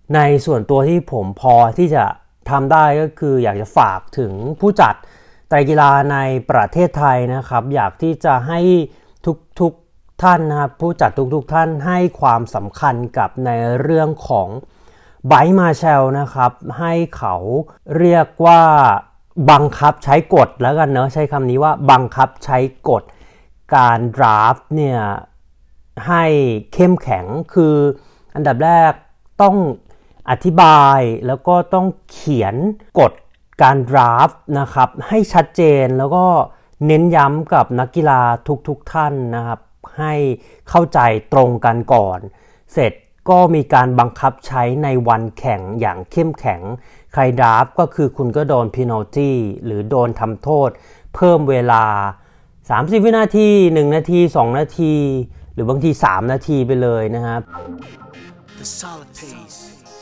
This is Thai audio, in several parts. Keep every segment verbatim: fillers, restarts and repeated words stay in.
ในส่วนตัวที่ผมพอที่จะทำได้ก็คืออยากจะฝากถึงผู้จัดไตรกีฬาในประเทศไทยนะครับอยากที่จะให้ทุกๆท่านนะครับผู้จัดทุกๆท่านให้ความสำคัญกับในเรื่องของไบรท์มาร์แชลนะครับให้เขาเรียกว่าบังคับใช้กฎแล้วกันเนอะใช้คำนี้ว่าบังคับใช้กฎการดราฟต์เนี่ยให้เข้มแข็งคืออันดับแรกต้องอธิบายแล้วก็ต้องเขียนกฎการดราฟต์นะครับให้ชัดเจนแล้วก็เน้นย้ำกับนักกีฬาทุกๆท่านนะครับให้เข้าใจตรงกันก่อนเสร็จก็มีการบังคับใช้ในวันแข่งอย่างเข้มแข็งใครดราฟต์ก็คือคุณก็โดนพีนัลตี้หรือโดนทำโทษเพิ่มเวลาสามสิบวินาทีหนึ่งนาทีสองนาทีหรือบางทีสามนาทีไปเลยนะครับ The solid pace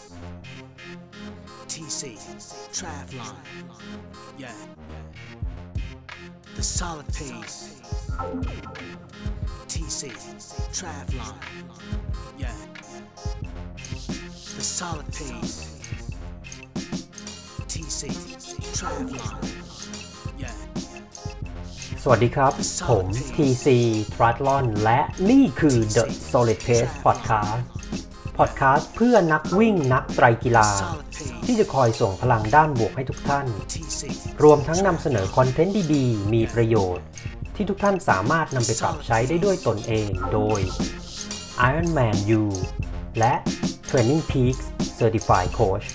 ที ซี Triathlon yeah The solid paceที ซี Triathlon yeah The solid paceที ซี Triathlon yeah สวัสดีครับผม ที ซี Triathlon และนี่คือ The Solid Pace Podcast Podcast เพื่อนักวิ่งนักไตรกีฬาที่จะคอยส่งพลังด้านบวกให้ทุกท่านรวมทั้งนำเสนอคอนเทนต์ดีๆมีประโยชน์ที่ทุกท่านสามารถนำไปปรับใช้ได้ด้วยตนเองโดย Ironman U และ Training Peaks Certified Coach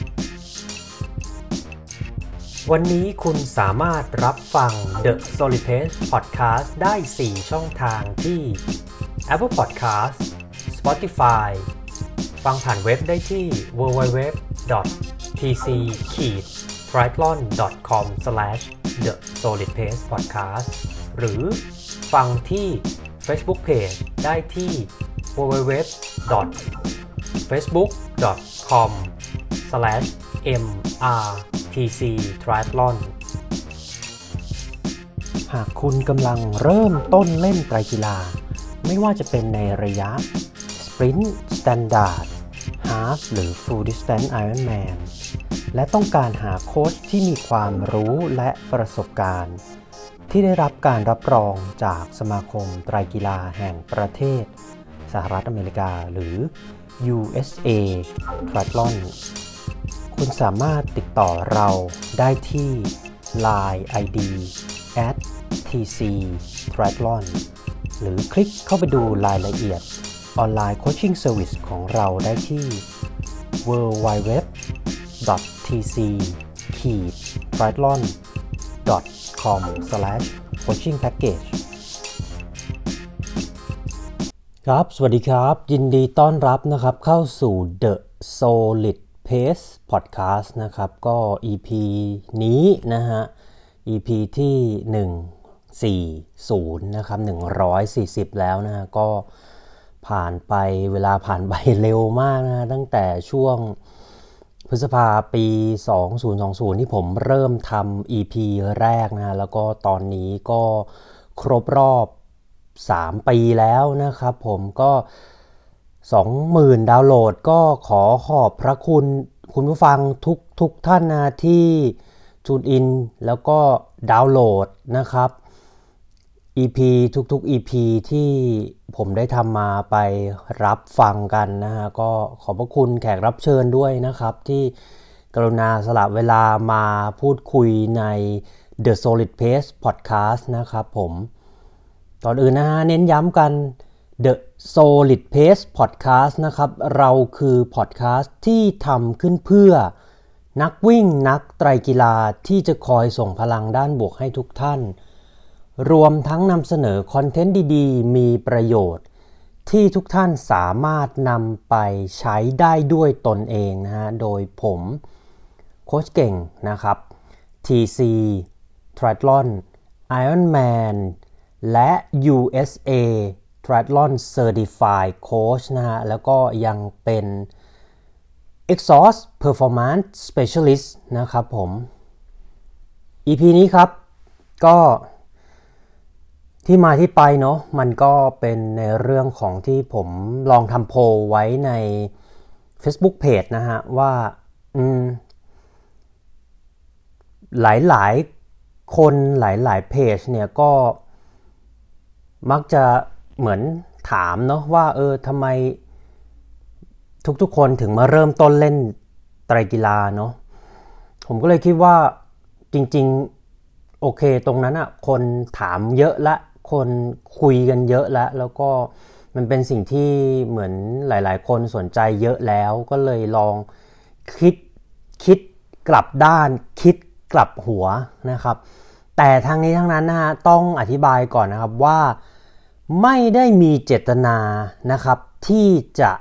วันนี้คุณสามารถรับฟัง The Solid Pace Podcast ได้สี่ช่องทางที่ Apple Podcast Spotify ฟังผ่านเว็บได้ที่ ดับเบิลยู ดับเบิลยู ดับเบิลยู ดอท ที ซี ไทรแอธลอน ดอท คอม สแลช เดอะ โซลิด เพซ พอดแคสต์ หรือฟังที่ Facebook Page ได้ที่ ดับเบิลยู ดับเบิลยู ดับเบิลยู ดอท เฟซบุ๊ก ดอท คอม สแลช เอ็ม อาร์ ที ซี Triathlon หากคุณกำลังเริ่มต้นเล่นไตรกีฬาไม่ว่าจะเป็นในระยะ Sprint Standard Half หรือ Full Distance Ironman และต้องการหาโค้ชที่มีความรู้และประสบการณ์ที่ได้รับการรับรองจากสมาคมไตรกีฬาแห่งประเทศสหรัฐอเมริกาหรือ ยู เอส เอ Triathlonคุณสามารถติดต่อเราได้ที่ ไลน์ ไอ ดี แอท ที ซี Triathlon หรือคลิกเข้าไปดูรายละเอียดออนไลน์โคชชิ่งเซอร์วิสของเราได้ที่ ดับเบิลยู ดับเบิลยู ดับเบิลยู ดอท ที ซี ไทรแอธลอน ดอท คอม สแลช โคชชิ่งแพ็คเกจ ครับสวัสดีครับยินดีต้อนรับนะครับเข้าสู่ The Solid Pace Podcast นะครับก็ อี พี นี้นะฮะ อี พี ที่หนึ่งร้อยสี่สิบนะครับหนึ่งร้อยสี่สิบแล้วนะฮะก็ผ่านไปเวลาผ่านไปเร็วมากนะตั้งแต่ช่วงพฤษภาปีสองพันยี่สิบที่ผมเริ่มทำ อี พี แรกนะแล้วก็ตอนนี้ก็ครบรอบสามปีแล้วนะครับผมก็สองหมื่นดาวน์โหลดก็ขอขอบพระคุณคุณผู้ฟังทุกทุกท่านนะที่จูนอินแล้วก็ดาวน์โหลดนะครับ อี พี ทุกๆ อี พี ที่ผมได้ทำมาไปรับฟังกันนะฮะก็ขอบพระคุณแขกรับเชิญด้วยนะครับที่กรุณาสละเวลามาพูดคุยใน The Solid Pace Podcast นะครับผมตอนอื่นนะฮะเน้นย้ำกัน The Solid Pace Podcast นะครับเราคือ podcast ที่ทำขึ้นเพื่อนักวิ่งนักไตรกีฬาที่จะคอยส่งพลังด้านบวกให้ทุกท่านรวมทั้งนำเสนอคอนเทนต์ดีๆมีประโยชน์ที่ทุกท่านสามารถนำไปใช้ได้ด้วยตนเองนะฮะโดยผมโค้ชเก่งนะครับ ที ซี Triathlon Ironman และ ยู เอส เอ Triathlon Certified Coach นะฮะแล้วก็ยังเป็น Exhaust Performance Specialist นะครับผม อี พี นี้ครับก็ที่มาที่ไปเนาะมันก็เป็นในเรื่องของที่ผมลองทำโพลไว้ใน Facebook Page นะฮะว่าอืมหลายๆคนหลายๆเพจเนี่ยก็มักจะเหมือนถามเนาะว่าเออทำไมทุกๆคนถึงมาเริ่มต้นเล่นไตรกีฬาเนาะผมก็เลยคิดว่าจริงๆโอเคตรงนั้นอ่ะคนถามเยอะละคนคุยกันเยอะละแล้วก็มันเป็นสิ่งที่เหมือนหลายๆคนสนใจเยอะแล้วก็เลยลองคิดคิดกลับด้านคิดกลับหัวนะครับแต่ทั้งนี้ทั้งนั้นนะฮะต้องอธิบายก่อนนะครับว่าไม่ได้มีเจตนานะครับที่จะ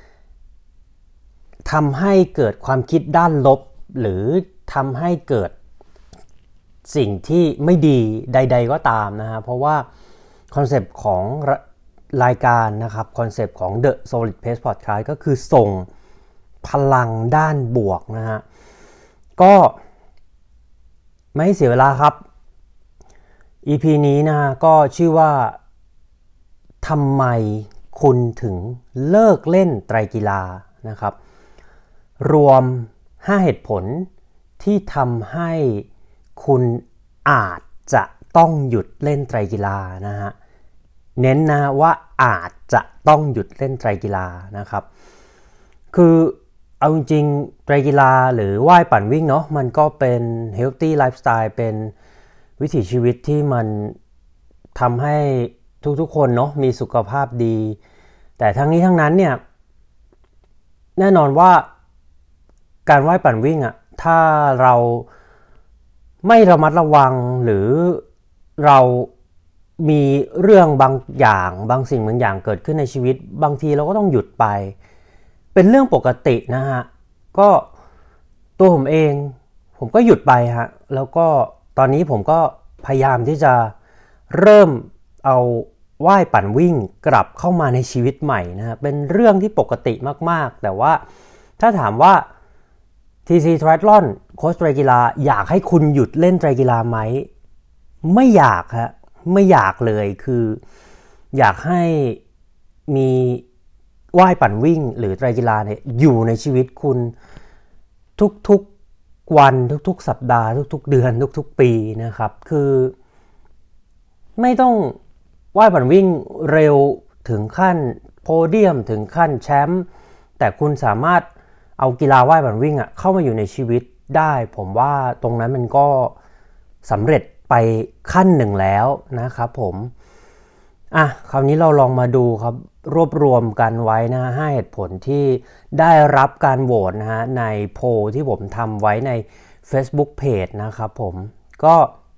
ทำให้เกิดความคิดด้านลบหรือทำให้เกิดสิ่งที่ไม่ดีใดๆก็ตามนะฮะเพราะว่าคอนเซปต์ของรายการนะครับคอนเซปต์ของ The Solid Pace Podcast ก็คือส่งพลังด้านบวกนะฮะก็ไม่เสียเวลาครับ อี พี นี้นะฮะก็ชื่อว่าทำไมคุณถึงเลิกเล่นไตรกีฬานะครับรวมห้าเหตุผลที่ทำให้คุณอาจจะต้องหยุดเล่นไตรกีฬานะฮะเน้นนะว่าอาจจะต้องหยุดเล่นไตรกีฬานะครับคือเอาจริงๆไตรกีฬาหรือว่ายปั่นวิ่งเนาะมันก็เป็น healthy lifestyle เป็นวิถีชีวิตที่มันทำให้ทุกๆคนเนาะมีสุขภาพดีแต่ทั้งนี้ทั้งนั้นเนี่ยแน่นอนว่าการว่ายปั่นวิ่งอ่ะถ้าเราไม่ระมัดระวังหรือเรามีเรื่องบางอย่างบางสิ่งบางอย่างเกิดขึ้นในชีวิตบางทีเราก็ต้องหยุดไปเป็นเรื่องปกตินะฮะก็ตัวผมเองผมก็หยุดไปฮะแล้วก็ตอนนี้ผมก็พยายามที่จะเริ่มเอาว่ายปั่นวิ่งกลับเข้ามาในชีวิตใหม่นะฮะเป็นเรื่องที่ปกติมากๆแต่ว่าถ้าถามว่า ที ซี Triathlon โค้ชไตรกีฬาอยากให้คุณหยุดเล่นไตรกีฬาไหมไม่อยากฮะไม่อยากเลยคืออยากให้มีว่ายปั่นวิ่งหรือไตรกีฬาเนี่ยอยู่ในชีวิตคุณทุกๆวันทุกๆสัปดาห์ทุกๆเดือนทุกๆปีนะครับคือไม่ต้องว่ายปั่นวิ่งเร็วถึงขั้นโพเดียมถึงขั้นแชมป์แต่คุณสามารถเอากีฬาว่ายปั่นวิ่งอ่ะเข้ามาอยู่ในชีวิตได้ผมว่าตรงนั้นมันก็สำเร็จไปขั้นหนึ่งแล้วนะครับผมอ่ะคราวนี้เราลองมาดูครับรวบรวมกันไว้นะห้าเหตุผลที่ได้รับการโหวตนะฮะในโพลที่ผมทำไว้ใน Facebook Page นะครับผมก็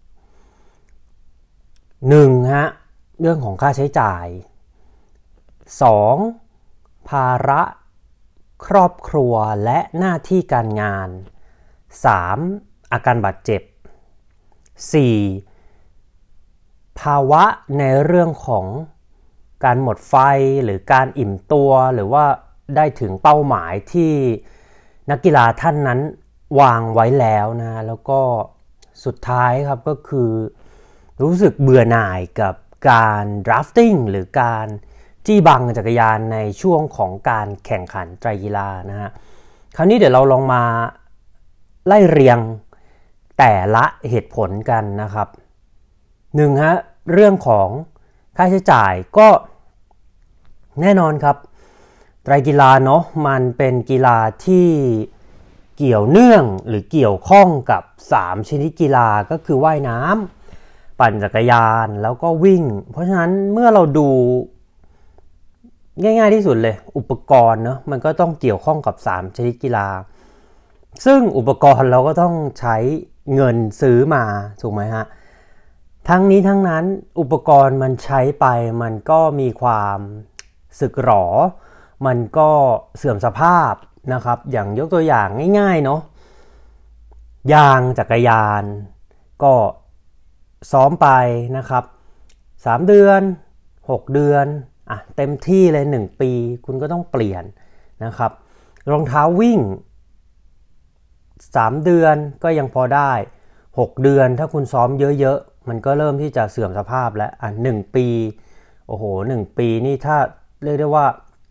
หนึ่งฮะเรื่องของค่าใช้จ่ายสองภาระครอบครัวและหน้าที่การงานสามอาการบาดเจ็บสี่ภาวะในเรื่องของการหมดไฟหรือการอิ่มตัวหรือว่าได้ถึงเป้าหมายที่นักกีฬาท่านนั้นวางไว้แล้วนะแล้วก็สุดท้ายครับก็คือรู้สึกเบื่อหน่ายกับการดราฟติ้งหรือการจี้บังจักรยานในช่วงของการแข่งขันไตรกีฬานะฮะคราวนี้เดี๋ยวเราลองมาไล่เรียงแต่ละเหตุผลกันนะครับหนึ่งฮะเรื่องของค่าใช้จ่ายก็แน่นอนครับไตรกีฬาเนาะมันเป็นกีฬาที่เกี่ยวเนื่องหรือเกี่ยวข้องกับสามชนิดกีฬาก็คือว่ายน้ำปั่นจักรยานแล้วก็วิ่งเพราะฉะนั้นเมื่อเราดูง่ายๆที่สุดเลยอุปกรณ์เนาะมันก็ต้องเกี่ยวข้องกับสามชนิดกีฬาซึ่งอุปกรณ์เราก็ต้องใช้เงินซื้อมาถูกไหมฮะทั้งนี้ทั้งนั้นอุปกรณ์มันใช้ไปมันก็มีความสึกหรอมันก็เสื่อมสภาพนะครับอย่างยกตัวอย่างง่ายๆเนาะยางจักรยานก็ซ้อมไปนะครับสามเดือนหกเดือนอ่ะเต็มที่เลยหนึ่งปีคุณก็ต้องเปลี่ยนนะครับรองเท้าวิ่งสามเดือนก็ยังพอได้หกเดือนถ้าคุณซ้อมเยอะๆมันก็เริ่มที่จะเสื่อมสภาพแล้วอ่ะหนึ่งปีโอ้โหหนึ่งปีนี่ถ้าเรียกได้ว่า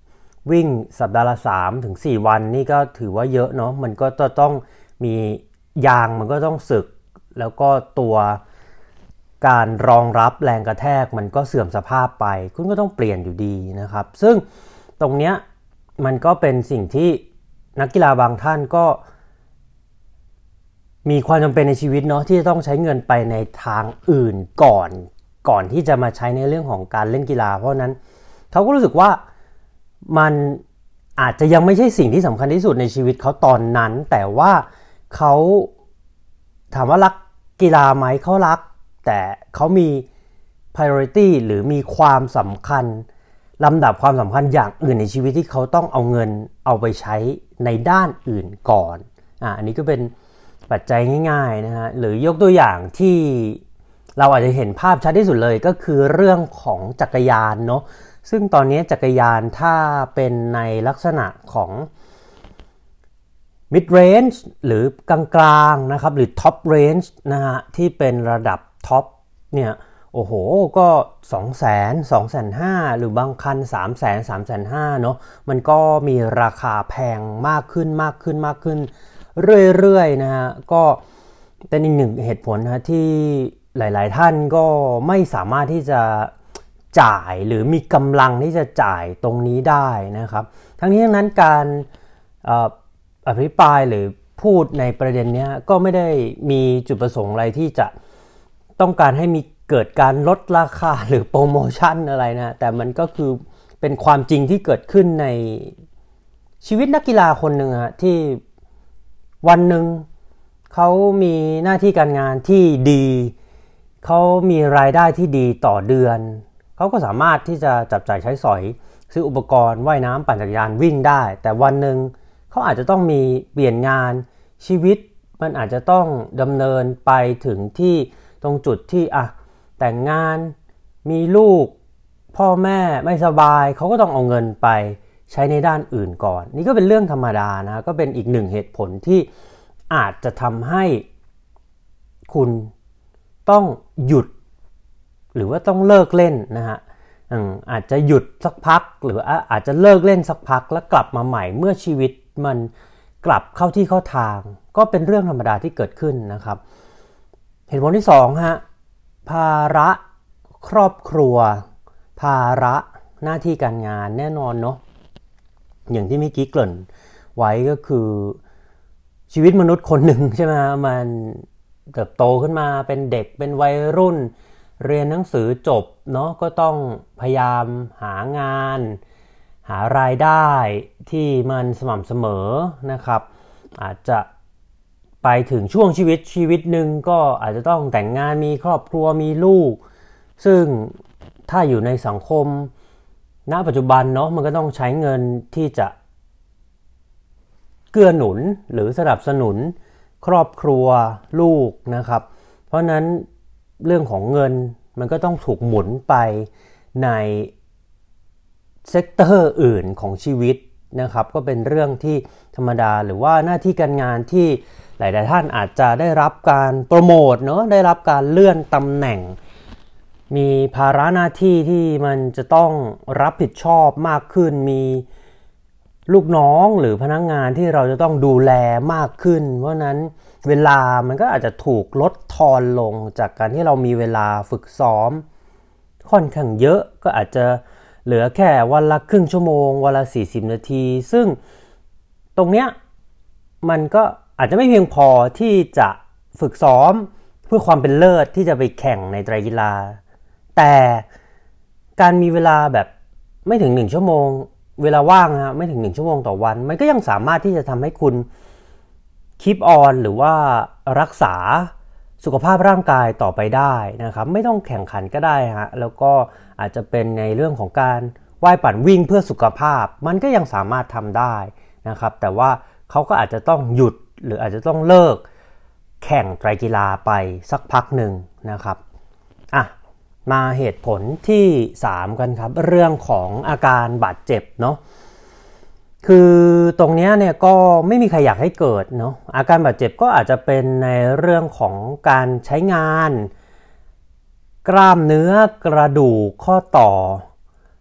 วิ่งสัปดาห์ละ สามถึงสี่ วันนี่ก็ถือว่าเยอะเนาะมันก็ต้องมียางมันก็ต้องสึกแล้วก็ตัวการรองรับแรงกระแทกมันก็เสื่อมสภาพไปคุณก็ต้องเปลี่ยนอยู่ดีนะครับซึ่งตรงเนี้ยมันก็เป็นสิ่งที่นักกีฬาบางท่านก็มีความจำเป็นในชีวิตเนาะที่จะต้องใช้เงินไปในทางอื่นก่อนก่อนที่จะมาใช้ในเรื่องของการเล่นกีฬาเพราะนั้นเขาก็รู้สึกว่ามันอาจจะยังไม่ใช่สิ่งที่สำคัญที่สุดในชีวิตเขาตอนนั้นแต่ว่าเขาถามว่ารักกีฬาไหมเขารักแต่เขามี priority หรือมีความสำคัญลำดับความสำคัญอย่างอื่นในชีวิตที่เขาต้องเอาเงินเอาไปใช้ในด้านอื่นก่อนอ่ะอันนี้ก็เป็นปัจจัยง่ายๆนะฮะหรือยกตัวอย่างที่เราอาจจะเห็นภาพชัดที่สุดเลยก็คือเรื่องของจักรยานเนาะซึ่งตอนนี้จักรยานถ้าเป็นในลักษณะของ mid range หรือกลางๆนะครับหรือ top range นะฮะที่เป็นระดับท็อปเนี่ยโอ้โหก็ สองแสน สองแสนห้าพัน หรือบางคัน สามแสน สามแสนห้าพัน เนาะมันก็มีราคาแพงมากขึ้นมากขึ้นมากขึ้นเรื่อยๆนะฮะก็เป็นอีกหนึ่งเหตุผลนะที่หลายๆท่านก็ไม่สามารถที่จะจ่ายหรือมีกำลังที่จะจ่ายตรงนี้ได้นะครับทั้งนี้ทั้งนั้นการเอ่ออภิปรายหรือพูดในประเด็นนี้ก็ไม่ได้มีจุดประสงค์อะไรที่จะต้องการให้มีเกิดการลดราคาหรือโปรโมชั่นอะไรนะแต่มันก็คือเป็นความจริงที่เกิดขึ้นในชีวิตนักกีฬาคนหนึ่งอะที่วันหนึ่งเขามีหน้าที่การงานที่ดีเขามีรายได้ที่ดีต่อเดือนเขาก็สามารถที่จะจับจ่ายใช้สอยซื้ออุปกรณ์ว่ายน้ำปั่นจักรยานวิ่งได้แต่วันหนึ่งเขาอาจจะต้องมีเปลี่ยนงานชีวิตมันอาจจะต้องดำเนินไปถึงที่ตรงจุดที่อ่ะแต่งงานมีลูกพ่อแม่ไม่สบายเขาก็ต้องเอาเงินไปใช้ในด้านอื่นก่อนนี่ก็เป็นเรื่องธรรมดานะก็เป็นอีกหนึ่งเหตุผลที่อาจจะทำให้คุณต้องหยุดหรือว่าต้องเลิกเล่นนะฮะอาจจะหยุดสักพักหรืออาจจะเลิกเล่นสักพักแล้วกลับมาใหม่เมื่อชีวิตมันกลับเข้าที่เข้าทางก็เป็นเรื่องธรรมดาที่เกิดขึ้นนะครับเหตุผลที่สองฮะภาระครอบครัวภาระหน้าที่การงานแน่นอนเนาะอย่างที่เมื่อกี้เกริ่นไว้ก็คือชีวิตมนุษย์คนหนึ่งใช่ไหมมันเติบโตขึ้นมาเป็นเด็กเป็นวัยรุ่นเรียนหนังสือจบเนาะก็ต้องพยายามหางานหารายได้ที่มันสม่ำเสมอนะครับอาจจะไปถึงช่วงชีวิตชีวิตหนึ่งก็อาจจะต้องแต่งงานมีครอบครัวมีลูกซึ่งถ้าอยู่ในสังคมณปัจจุบันเนาะมันก็ต้องใช้เงินที่จะเกื้อหนุนหรือสนับสนุนครอบครัวลูกนะครับเพราะนั้นเรื่องของเงินมันก็ต้องถูกหมุนไปในเซกเตอร์อื่นของชีวิตนะครับก็เป็นเรื่องที่ธรรมดาหรือว่าหน้าที่การงานที่หลายๆท่านอาจจะได้รับการโปรโมทเนาะได้รับการเลื่อนตำแหน่งมีภาระหน้าที่ที่มันจะต้องรับผิดชอบมากขึ้นมีลูกน้องหรือพนักงานที่เราจะต้องดูแลมากขึ้นเพราะนั้นเวลามันก็อาจจะถูกลดทอนลงจากการที่เรามีเวลาฝึกซ้อมค่อนข้างเยอะก็อาจจะเหลือแค่วันละครึ่งชั่วโมงวันละสี่สิบนาทีซึ่งตรงเนี้ยมันก็อาจจะไม่เพียงพอที่จะฝึกซ้อมเพื่อความเป็นเลิศที่จะไปแข่งในไตรกีฬาแต่การมีเวลาแบบไม่ถึงหนึ่งชั่วโมงเวลาว่างนะไม่ถึงหนึ่งชั่วโมงต่อวันมันก็ยังสามารถที่จะทำให้คุณคีปออนหรือว่ารักษาสุขภาพร่างกายต่อไปได้นะครับไม่ต้องแข่งขันก็ได้ฮะแล้วก็อาจจะเป็นในเรื่องของการว่ายปั่นวิ่งเพื่อสุขภาพมันก็ยังสามารถทำได้นะครับแต่ว่าเขาก็อาจจะต้องหยุดหรืออาจจะต้องเลิกแข่งไตรกีฬาไปสักพักหนึ่งนะครับอ่ะมาเหตุผลที่สามกันครับเรื่องของอาการบาดเจ็บเนาะคือตรงนี้เนี่ยก็ไม่มีใครอยากให้เกิดเนาะอาการบาดเจ็บก็อาจจะเป็นในเรื่องของการใช้งานกล้ามเนื้อกระดูกข้อต่อ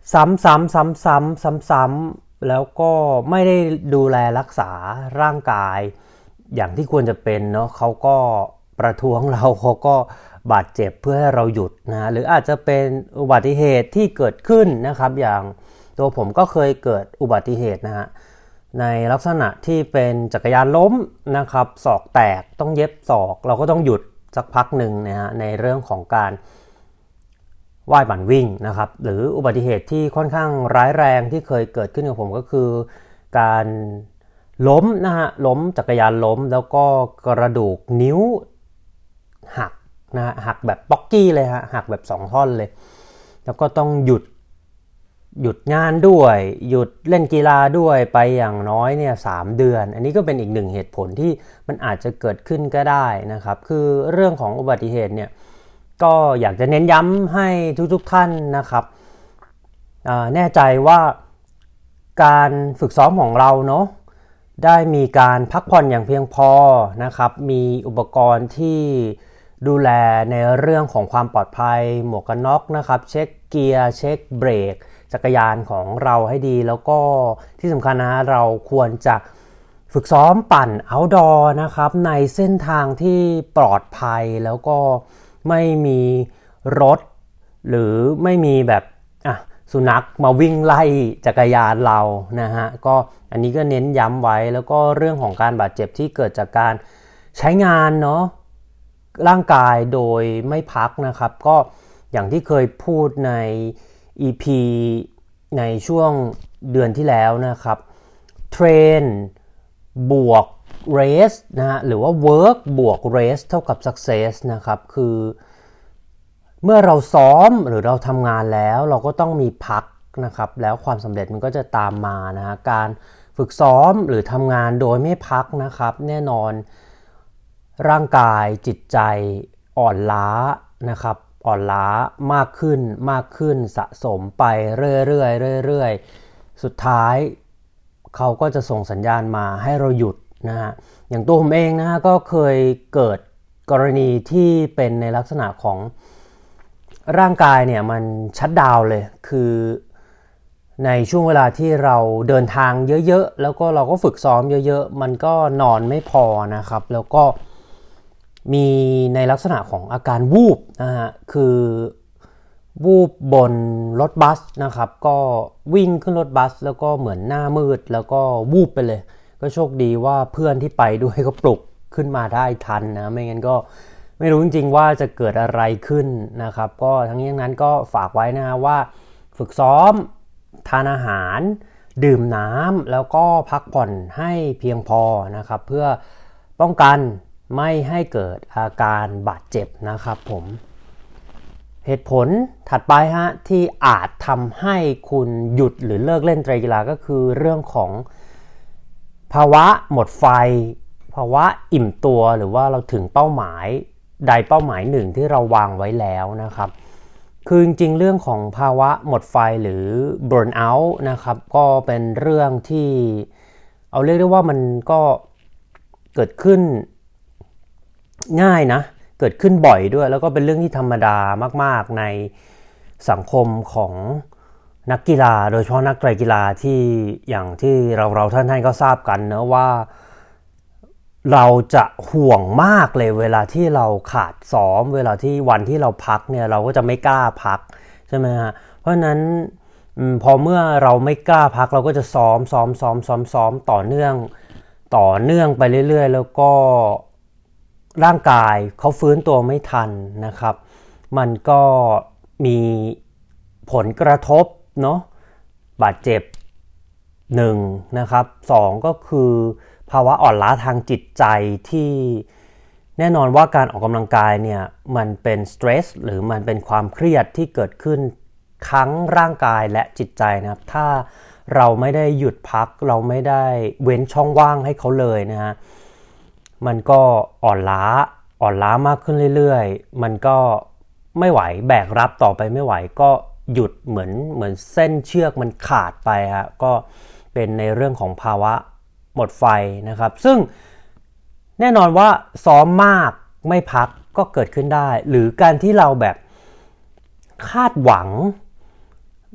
ซ้ำซ้ำซ้ำซ้ำซ้ำซ้ำแล้วก็ไม่ได้ดูแลรักษาร่างกายอย่างที่ควรจะเป็นเนาะเขาก็ประท้วงเราเขาก็บาดเจ็บเพื่อให้เราหยุดนะหรืออาจจะเป็นอุบัติเหตุที่เกิดขึ้นนะครับอย่างตัวผมก็เคยเกิดอุบัติเหตุนะฮะในลักษณะที่เป็นจักรยานล้มนะครับศอกแตกต้องเย็บศอกเราก็ต้องหยุดสักพักหนึ่งนะฮะในเรื่องของการว่ายปั่นวิ่งนะครับหรืออุบัติเหตุที่ค่อนข้างร้ายแรงที่เคยเกิดขึ้นกับผมก็คือการล้มนะฮะล้มจักรยานล้มแล้วก็กระดูกนิ้วหักนะฮะหักแบบป๊อกกี้เลยฮะหักแบบสองท่อนเลยแล้วก็ต้องหยุดหยุดงานด้วยหยุดเล่นกีฬาด้วยไปอย่างน้อยเนี่ยสามเดือนอันนี้ก็เป็นอีกหนึ่งเหตุผลที่มันอาจจะเกิดขึ้นก็ได้นะครับคือเรื่องของอุบัติเหตุเนี่ยก็อยากจะเน้นย้ำให้ทุกๆท่านนะครับแน่ใจว่าการฝึกซ้อมของเราเนาะได้มีการพักผ่อนอย่างเพียงพอนะครับมีอุปกรณ์ที่ดูแลในเรื่องของความปลอดภัยหมวกกันน็อกนะครับเช็คเกียร์เช็คเบรกจักรยานของเราให้ดีแล้วก็ที่สำคัญนะเราควรจะฝึกซ้อมปั่น outdoor นะครับในเส้นทางที่ปลอดภัยแล้วก็ไม่มีรถหรือไม่มีแบบอ่ะสุนัขมาวิ่งไล่จักรยานเรานะฮะก็อันนี้ก็เน้นย้ำไว้แล้วก็เรื่องของการบาดเจ็บที่เกิดจากการใช้งานเนาะร่างกายโดยไม่พักนะครับก็อย่างที่เคยพูดใน อี พี ในช่วงเดือนที่แล้วนะครับเทรนบวก race นะฮะหรือว่า work บวก race เท่ากับ success นะครับคือเมื่อเราซ้อมหรือเราทำงานแล้วเราก็ต้องมีพักนะครับแล้วความสำเร็จมันก็จะตามมานะฮะการฝึกซ้อมหรือทำงานโดยไม่พักนะครับแน่นอนร่างกายจิตใจอ่อนล้านะครับอ่อนล้ามากขึ้นมากขึ้นสะสมไปเรื่อยๆเรื่อยๆสุดท้ายเขาก็จะส่งสัญญาณมาให้เราหยุดนะฮะอย่างตัวผมเองนะฮะก็เคยเกิดกรณีที่เป็นในลักษณะของร่างกายเนี่ยมันชัตดาวน์เลยคือในช่วงเวลาที่เราเดินทางเยอะๆแล้วก็เราก็ฝึกซ้อมเยอะๆมันก็นอนไม่พอนะครับแล้วก็มีในลักษณะของอาการวูบนะฮะคือวูบบนรถบัสนะครับก็วิ่งขึ้นรถบัสแล้วก็เหมือนหน้ามืดแล้วก็วูบไปเลยก็โชคดีว่าเพื่อนที่ไปด้วยก็ปลุกขึ้นมาได้ทันนะไม่งั้นก็ไม่รู้จริงๆว่าจะเกิดอะไรขึ้นนะครับก็ทั้งนี้ทั้งนั้นก็ฝากไว้นะว่าฝึกซ้อมทานอาหารดื่มน้ำแล้วก็พักผ่อนให้เพียงพอนะครับเพื่อป้องกันไม่ให้เกิดอาการบาดเจ็บนะครับผมเหตุผลถัดไปฮะที่อาจทำให้คุณหยุดหรือเลิกเล่นไตรกีฬาก็คือเรื่องของภาวะหมดไฟภาวะอิ่มตัวหรือว่าเราถึงเป้าหมายใดเป้าหมายหนึ่งที่เราวางไว้แล้วนะครับคือจริงๆเรื่องของภาวะหมดไฟหรือ burn out นะครับก็เป็นเรื่องที่เอาเรียกได้ว่ามันก็เกิดขึ้นง่ายนะเกิดขึ้นบ่อยด้วยแล้วก็เป็นเรื่องที่ธรรมดามากๆในสังคมของนักกีฬาโดยเฉพาะนักไตรกีฬาที่อย่างที่เราเราท่านๆก็ทราบกันนะว่าเราจะห่วงมากเลยเวลาที่เราขาดซ้อมเวลาที่วันที่เราพักเนี่ยเราก็จะไม่กล้าพักใช่ไหมฮะเพราะฉะนั้นพอเมื่อเราไม่กล้าพักเราก็จะซ้อมซ้อมซ้อมซ้อมซ้อมต่อเนื่องต่อเนื่องไปเรื่อยๆแล้วก็ร่างกายเขาฟื้นตัวไม่ทันนะครับมันก็มีผลกระทบเนาะบาดเจ็บหนึ่งนะครับสองก็คือภาวะอ่อนล้าทางจิตใจที่แน่นอนว่าการออกกำลังกายเนี่ยมันเป็นสเตรสหรือมันเป็นความเครียดที่เกิดขึ้นทั้งร่างกายและจิตใจนะครับถ้าเราไม่ได้หยุดพักเราไม่ได้เว้นช่องว่างให้เขาเลยนะฮะมันก็อ่อนล้าอ่อนล้ามากขึ้นเรื่อยๆมันก็ไม่ไหวแบกรับต่อไปไม่ไหวก็หยุดเหมือนเหมือนเส้นเชือกมันขาดไปฮะก็เป็นในเรื่องของภาวะหมดไฟนะครับซึ่งแน่นอนว่าซ้อมมากไม่พักก็เกิดขึ้นได้หรือการที่เราแบบคาดหวัง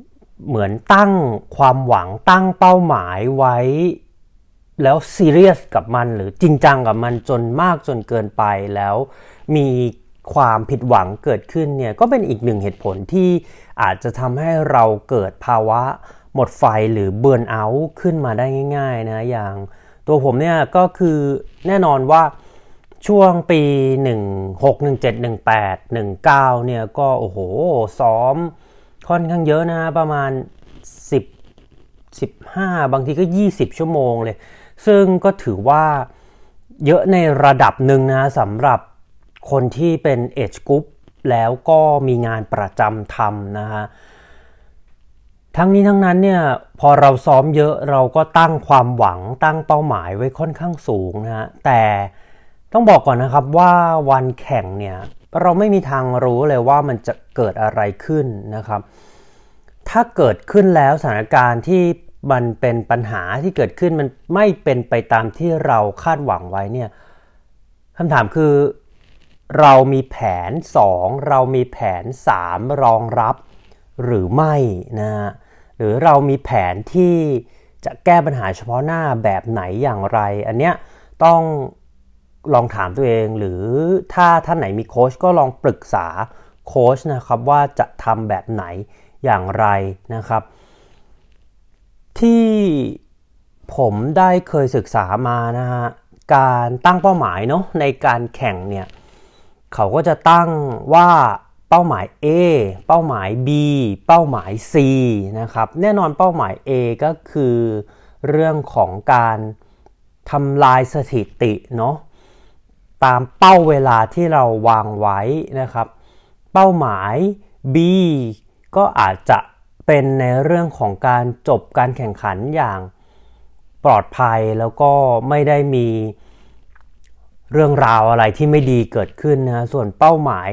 เหมือนตั้งความหวังตั้งเป้าหมายไว้แล้วซีเรียสกับมันหรือจริงจังกับมันจนมากจนเกินไปแล้วมีความผิดหวังเกิดขึ้นเนี่ยก็เป็นอีกหนึ่งเหตุผลที่อาจจะทำให้เราเกิดภาวะหมดไฟหรือเบิร์นเอาท์ขึ้นมาได้ง่ายๆนะอย่างตัวผมเนี่ยก็คือแน่นอนว่าช่วงปีหนึ่งหก หนึ่งเจ็ด หนึ่งแปด หนึ่งเก้าเนี่ยก็โอ้โหซ้อมค่อนข้างเยอะนะประมาณสิบ สิบห้าบางทีก็ยี่สิบชั่วโมงเลยซึ่งก็ถือว่าเยอะในระดับหนึ่งนะสำหรับคนที่เป็น Age Group แล้วก็มีงานประจำทำนะฮะทั้งนี้ทั้งนั้นเนี่ยพอเราซ้อมเยอะเราก็ตั้งความหวังตั้งเป้าหมายไว้ค่อนข้างสูงนะฮะแต่ต้องบอกก่อนนะครับว่าวันแข่งเนี่ยเราไม่มีทางรู้เลยว่ามันจะเกิดอะไรขึ้นนะครับถ้าเกิดขึ้นแล้วสถานการณ์ที่มันเป็นปัญหาที่เกิดขึ้นมันไม่เป็นไปตามที่เราคาดหวังไว้เนี่ยคำถามคือเรามีแผนสองเรามีแผนสามรองรับหรือไม่นะฮะหรือเรามีแผนที่จะแก้ปัญหาเฉพาะหน้าแบบไหนอย่างไรอันเนี้ยต้องลองถามตัวเองหรือถ้าท่านไหนมีโค้ชก็ลองปรึกษาโค้ชนะครับว่าจะทำแบบไหนอย่างไรนะครับที่ผมได้เคยศึกษามานะฮะการตั้งเป้าหมายเนาะในการแข่งเนี่ยเขาก็จะตั้งว่าเป้าหมาย A เป้าหมาย B เป้าหมาย C นะครับแน่นอนเป้าหมาย A ก็คือเรื่องของการทำลายสถิติเนาะตามเป้าเวลาที่เราวางไว้นะครับเป้าหมาย B ก็อาจจะเป็นในเรื่องของการจบการแข่งขันอย่างปลอดภัยแล้วก็ไม่ได้มีเรื่องราวอะไรที่ไม่ดีเกิดขึ้นนะส่วนเป้าหมาย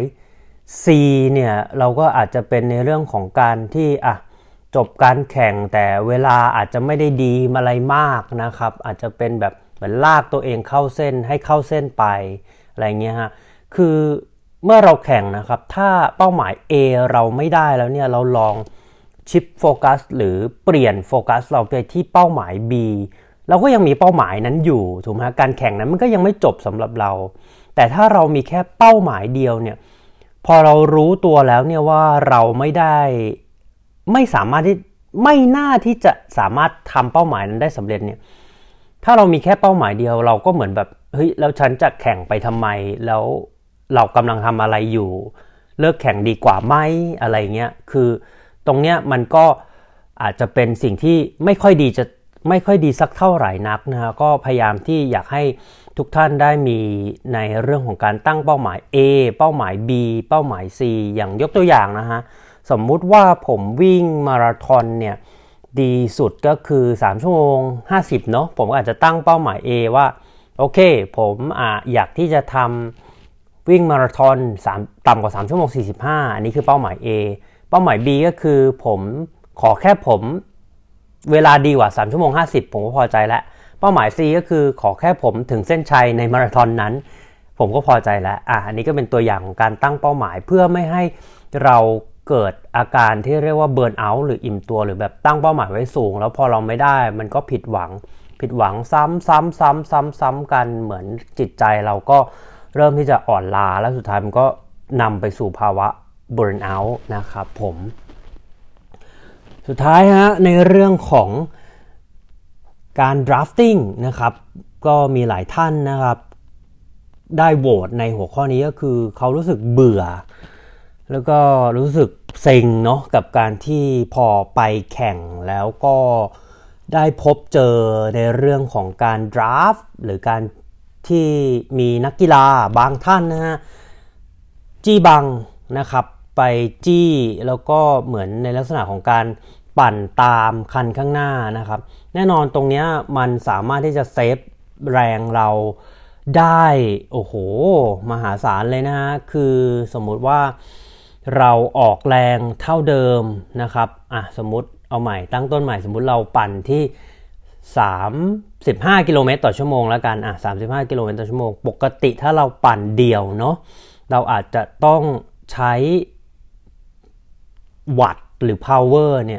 C เนี่ยเราก็อาจจะเป็นในเรื่องของการที่อ่ะจบการแข่งแต่เวลาอาจจะไม่ได้ดีอะไรมากนะครับอาจจะเป็นแบบเหมือนลากตัวเองเข้าเส้นให้เข้าเส้นไปอะไรเงี้ยฮะคือเมื่อเราแข่งนะครับถ้าเป้าหมาย A เราไม่ได้แล้วเนี่ยเราลองชิปโฟกัสหรือเปลี่ยนโฟกัสเราไปที่เป้าหมาย B เราก็ยังมีเป้าหมายนั้นอยู่ถูกไหมการแข่งนั้นมันก็ยังไม่จบสำหรับเราแต่ถ้าเรามีแค่เป้าหมายเดียวเนี่ยพอเรารู้ตัวแล้วเนี่ยว่าเราไม่ได้ไม่สามารถที่ไม่น่าที่จะสามารถทำเป้าหมายนั้นได้สำเร็จเนี่ยถ้าเรามีแค่เป้าหมายเดียวเราก็เหมือนแบบเฮ้ยแล้วฉันจะแข่งไปทำไมแล้วเรากำลังทำอะไรอยู่เลิกแข่งดีกว่าไหมอะไรเงี้ยคือตรงเนี้ยมันก็อาจจะเป็นสิ่งที่ไม่ค่อยดีจะไม่ค่อยดีสักเท่าไหร่นักนะฮะก็พยายามที่อยากให้ทุกท่านได้มีในเรื่องของการตั้งเป้าหมาย A เป้าหมาย B เป้าหมาย C อย่างยกตัวอย่างนะฮะสมมุติว่าผมวิ่งมาราธอนเนี่ยดีสุดก็คือสามชั่วโมงห้าสิบเนาะผมอาจจะตั้งเป้าหมาย A ว่าโอเคผมอ่ะอยากที่จะทำวิ่งมาราธอนต่ำกว่าสามชั่วโมงสี่สิบห้าอันนี้คือเป้าหมาย A เป้าหมาย B ก็คือผมขอแค่ผมเวลาดีกว่าสามชั่วโมงห้าสิบผมก็พอใจแล้วเป้าหมาย C ก็คือขอแค่ผมถึงเส้นชัยในมาราธอนนั้นผมก็พอใจแล้วอ่ะอันนี้ก็เป็นตัวอย่างของการตั้งเป้าหมายเพื่อไม่ให้เราเกิดอาการที่เรียกว่าเบิร์นเอาท์หรืออิ่มตัวหรือแบบตั้งเป้าหมายไว้สูงแล้วพอเราไม่ได้มันก็ผิดหวังผิดหวังซ้ำซ้ำซ้ำซ้ำซ้ำกันเหมือนจิตใจเราก็เริ่มที่จะอ่อนล้าแล้วสุดท้ายมันก็นำไปสู่ภาวะเบิร์นเอาท์นะครับผมสุดท้ายฮะในเรื่องของการ drafting นะครับก็มีหลายท่านนะครับได้โหวตในหัวข้อนี้ก็คือเขารู้สึกเบื่อแล้วก็รู้สึกเซ็งเนาะกับการที่พอไปแข่งแล้วก็ได้พบเจอในเรื่องของการ draft หรือการที่มีนักกีฬาบางท่านนะฮะจี้บังนะครับไปจี้แล้วก็เหมือนในลักษณะของการปั่นตามคันข้างหน้านะครับแน่นอนตรงนี้มันสามารถที่จะเซฟแรงเราได้โอ้โหมหาศาลเลยนะฮะคือสมมุติว่าเราออกแรงเท่าเดิมนะครับอ่ะสมมุติเอาใหม่ตั้งต้นใหม่สมมุติเราปั่นที่สามสิบห้ากิโลเมตรต่อชั่วโมงแล้วกันอ่ะสามสิบห้ากิโลเมตรต่อชั่วโมงปกติถ้าเราปั่นเดี่ยวเนาะเราอาจจะต้องใช้วัตต์หรือ power เนี่ย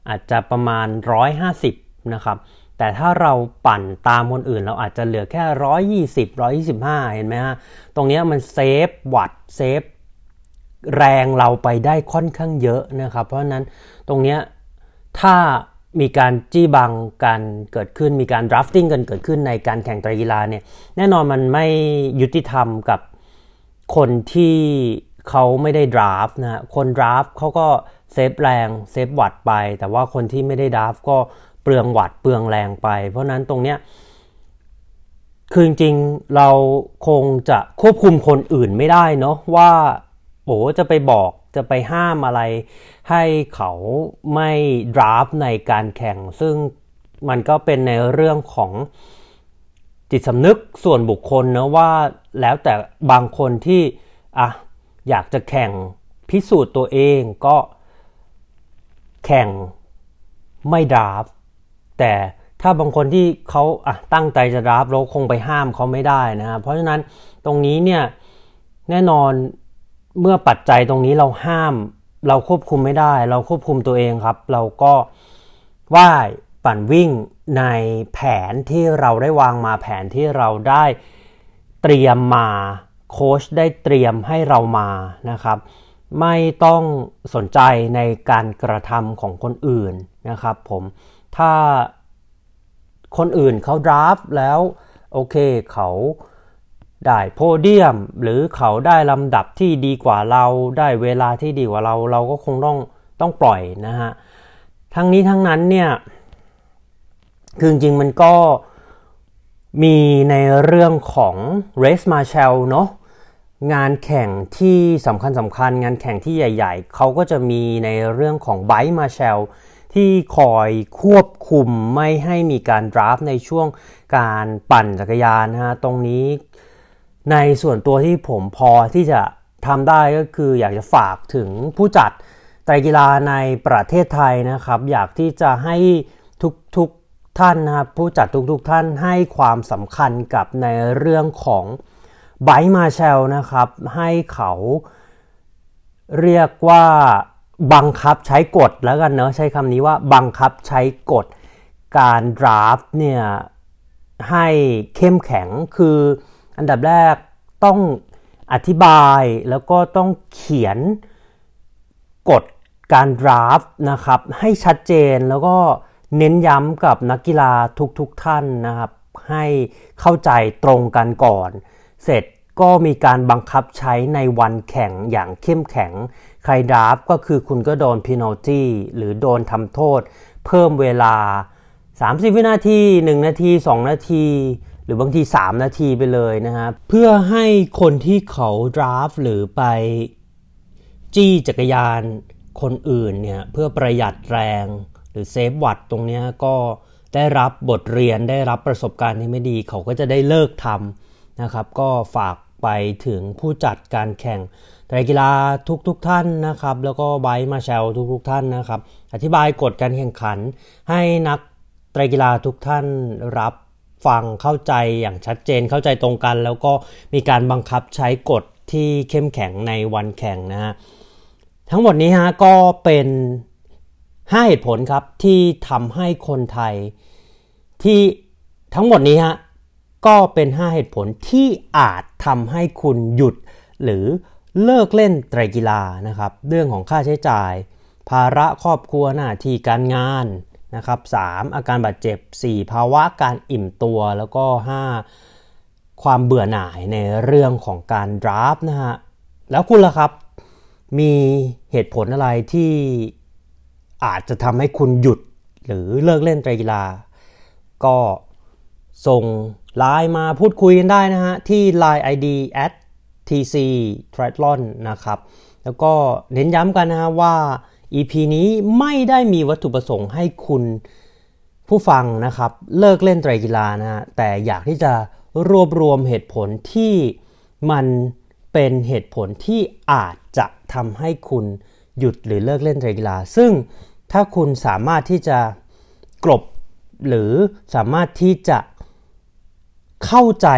อาจจะประมาณหนึ่งร้อยห้าสิบนะครับแต่ถ้าเราปั่นตามคนอื่นเราอาจจะเหลือแค่หนึ่งร้อยยี่สิบ หนึ่งร้อยยี่สิบห้าเห็นไหมฮะตรงนี้มันเซฟวัตต์เซฟแรงเราไปได้ค่อนข้างเยอะนะครับเพราะฉะนั้นตรงนี้ถ้ามีการจี้บังกันเกิดขึ้นมีการดราฟติ้งกันเกิดขึ้นในการแข่งไตรกีฬาเนี่ยแน่นอนมันไม่ยุติธรรมกับคนที่เขาไม่ได้ดราฟต์นะคนดราฟต์เขาก็เซฟแรงเซฟวัตต์ไปแต่ว่าคนที่ไม่ได้ดราฟต์ก็เปลืองวัตต์เปลืองแรงไปเพราะนั้นตรงเนี้ยคือจริงๆเราคงจะควบคุมคนอื่นไม่ได้เนาะว่าโอ้จะไปบอกจะไปห้ามอะไรให้เขาไม่ดราฟต์ในการแข่งซึ่งมันก็เป็นในเรื่องของจิตสำนึกส่วนบุคคลนะว่าแล้วแต่บางคนที่อ่ะอยากจะแข่งพิสูจน์ตัวเองก็แข่งไม่ดราฟต์แต่ถ้าบางคนที่เขาอ่ะตั้งใจจะดราฟต์เราคงไปห้ามเขาไม่ได้นะครับเพราะฉะนั้นตรงนี้เนี่ยแน่นอนเมื่อปัจจัยตรงนี้เราห้ามเราควบคุมไม่ได้เราควบคุมตัวเองครับเราก็ว่ายปั่นวิ่งในแผนที่เราได้วางมาแผนที่เราได้เตรียมมาโค้ชได้เตรียมให้เรามานะครับไม่ต้องสนใจในการกระทำของคนอื่นนะครับผมถ้าคนอื่นเขาดราฟต์แล้วโอเคเขาได้โพเดียมหรือเขาได้ลำดับที่ดีกว่าเราได้เวลาที่ดีกว่าเราเราก็คงต้องต้องปล่อยนะฮะทั้งนี้ทั้งนั้นเนี่ยคือจริงๆมันก็มีในเรื่องของ Race Marshall เนาะงานแข่งที่สำคัญสำคัญงานแข่งที่ใหญ่ๆเขาก็จะมีในเรื่องของ Bike Marshall ที่คอยควบคุมไม่ให้มีการดราฟต์ในช่วงการปั่นจักรยานนะฮะตรงนี้ในส่วนตัวที่ผมพอที่จะทำได้ก็คืออยากจะฝากถึงผู้จัดไตรกีฬาในประเทศไทยนะครับอยากที่จะให้ทุกๆท่านนะครับผู้จัดทุกๆท่านให้ความสำคัญกับในเรื่องของไบค์มาแชลนะครับให้เขาเรียกว่าบังคับใช้กฎแล้วกันเนอะใช้คำนี้ว่าบังคับใช้กฎการดราฟต์เนี่ยให้เข้มแข็งคืออันดับแรกต้องอธิบายแล้วก็ต้องเขียนกฎการดราฟต์นะครับให้ชัดเจนแล้วก็เน้นย้ำกับนักกีฬาทุกๆท่านนะครับให้เข้าใจตรงกันก่อนเสร็จก็มีการบังคับใช้ในวันแข่งอย่างเข้มแข็งใครดราฟต์ก็คือคุณก็โดน penalty หรือโดนทำโทษเพิ่มเวลาสามสิบวินาทีหนึ่งนาทีสองนาทีหรือบางทีสามนาทีไปเลยนะครับเพื่อให้คนที่เขาดราฟต์หรือไปจี้จักรยานคนอื่นเนี่ยเพื่อประหยัดแรงหรือเซฟวัตต์ตรงนี้ก็ได้รับบทเรียนได้รับประสบการณ์ที่ไม่ดีเขาก็จะได้เลิกทำนะครับก็ฝากไปถึงผู้จัดการแข่งไตรกีฬาทุกๆ ท่านนะครับแล้วก็ไบค์มาแชลทุกๆท่านนะครับอธิบายกฎการแข่งขันให้นักไตรกีฬาทุกท่านรับฟังเข้าใจอย่างชัดเจนเข้าใจตรงกันแล้วก็มีการบังคับใช้กฎที่เข้มแข็งในวันแข่งนะฮะทั้งหมดนี้ฮะก็เป็นห้าเหตุผลครับที่ทำให้คนไทยที่ทั้งหมดนี้ฮะก็เป็นห้าเหตุผลที่อาจทำให้คุณหยุดหรือเลิกเล่นไตรกีฬานะครับเรื่องของค่าใช้จ่ายภาระครอบครัวหน้าที่การงานนะครับสามอาการบาดเจ็บสี่ภาวะการอิ่มตัวแล้วก็ห้าความเบื่อหน่ายในเรื่องของการดราฟต์นะฮะแล้วคุณล่ะครับมีเหตุผลอะไรที่อาจจะทำให้คุณหยุดหรือเลิกเล่นไตรกีฬาก็ส่งไลน์มาพูดคุยกันได้นะฮะที่ ไลน์ ไอ ดี แอท ที ซี Triathlon นะครับแล้วก็เน้นย้ำกันนะฮะว่า อี พี นี้ไม่ได้มีวัตถุประสงค์ให้คุณผู้ฟังนะครับเลิกเล่นไตรกีฬานะฮะแต่อยากที่จะรวบรวมเหตุผลที่มันเป็นเหตุผลที่อาจจะทำให้คุณหยุดหรือเลิกเล่นไตรกีฬาซึ่งถ้าคุณสามารถที่จะกลบหรือสามารถที่จะเข้าใจ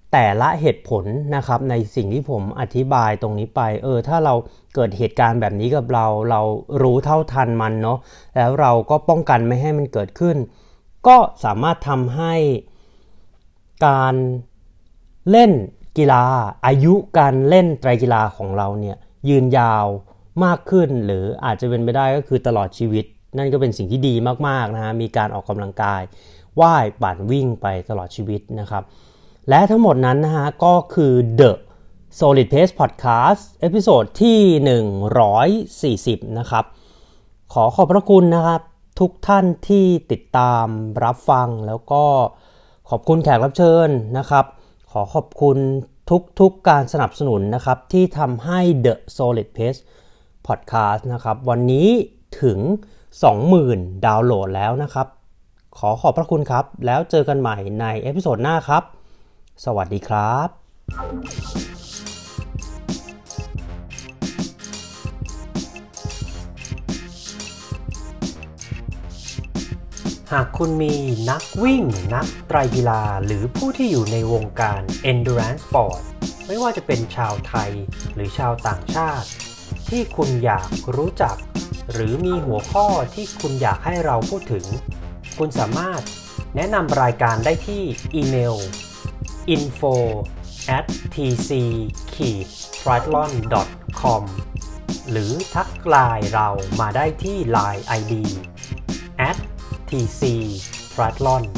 แต่ละเหตุผลนะครับในสิ่งที่ผมอธิบายตรงนี้ไปเออถ้าเราเกิดเหตุการณ์แบบนี้กับเราเรารู้เท่าทันมันเนาะแล้วเราก็ป้องกันไม่ให้มันเกิดขึ้นก็สามารถทำให้การเล่นกีฬาอายุการเล่นไตรกีฬาของเราเนี่ยยืนยาวมากขึ้นหรืออาจจะเป็นไปได้ก็คือตลอดชีวิตนั่นก็เป็นสิ่งที่ดีมากๆนะฮะมีการออกกำลังกายว่ายปั่นวิ่งไปตลอดชีวิตนะครับและทั้งหมดนั้นนะฮะก็คือ The Solid Pace Podcast เอพิโซดที่หนึ่งร้อยสี่สิบนะครับขอขอบพระคุณนะครับทุกท่านที่ติดตามรับฟังแล้วก็ขอบคุณแขกรับเชิญนะครับขอขอบคุณทุกๆการสนับสนุนนะครับที่ทำให้ The Solid Pace Podcast นะครับวันนี้ถึง สองหมื่น ดาวน์โหลดแล้วนะครับขอขอบพระคุณครับแล้วเจอกันใหม่ในเอพิโซดหน้าครับสวัสดีครับหากคุณมีนักวิ่งนักไตรกีฬาหรือผู้ที่อยู่ในวงการ Endurance Sport ไม่ว่าจะเป็นชาวไทยหรือชาวต่างชาติที่คุณอยากรู้จักหรือมีหัวข้อที่คุณอยากให้เราพูดถึงคุณสามารถแนะนำรายการได้ที่อีเมล อินโฟ แอท ที ซี ไทรแอธลอน ดอท คอม หรือทักไลน์เรามาได้ที่ ไลน์ ไอ ดี แอท ที ซี ไทรแอธลอน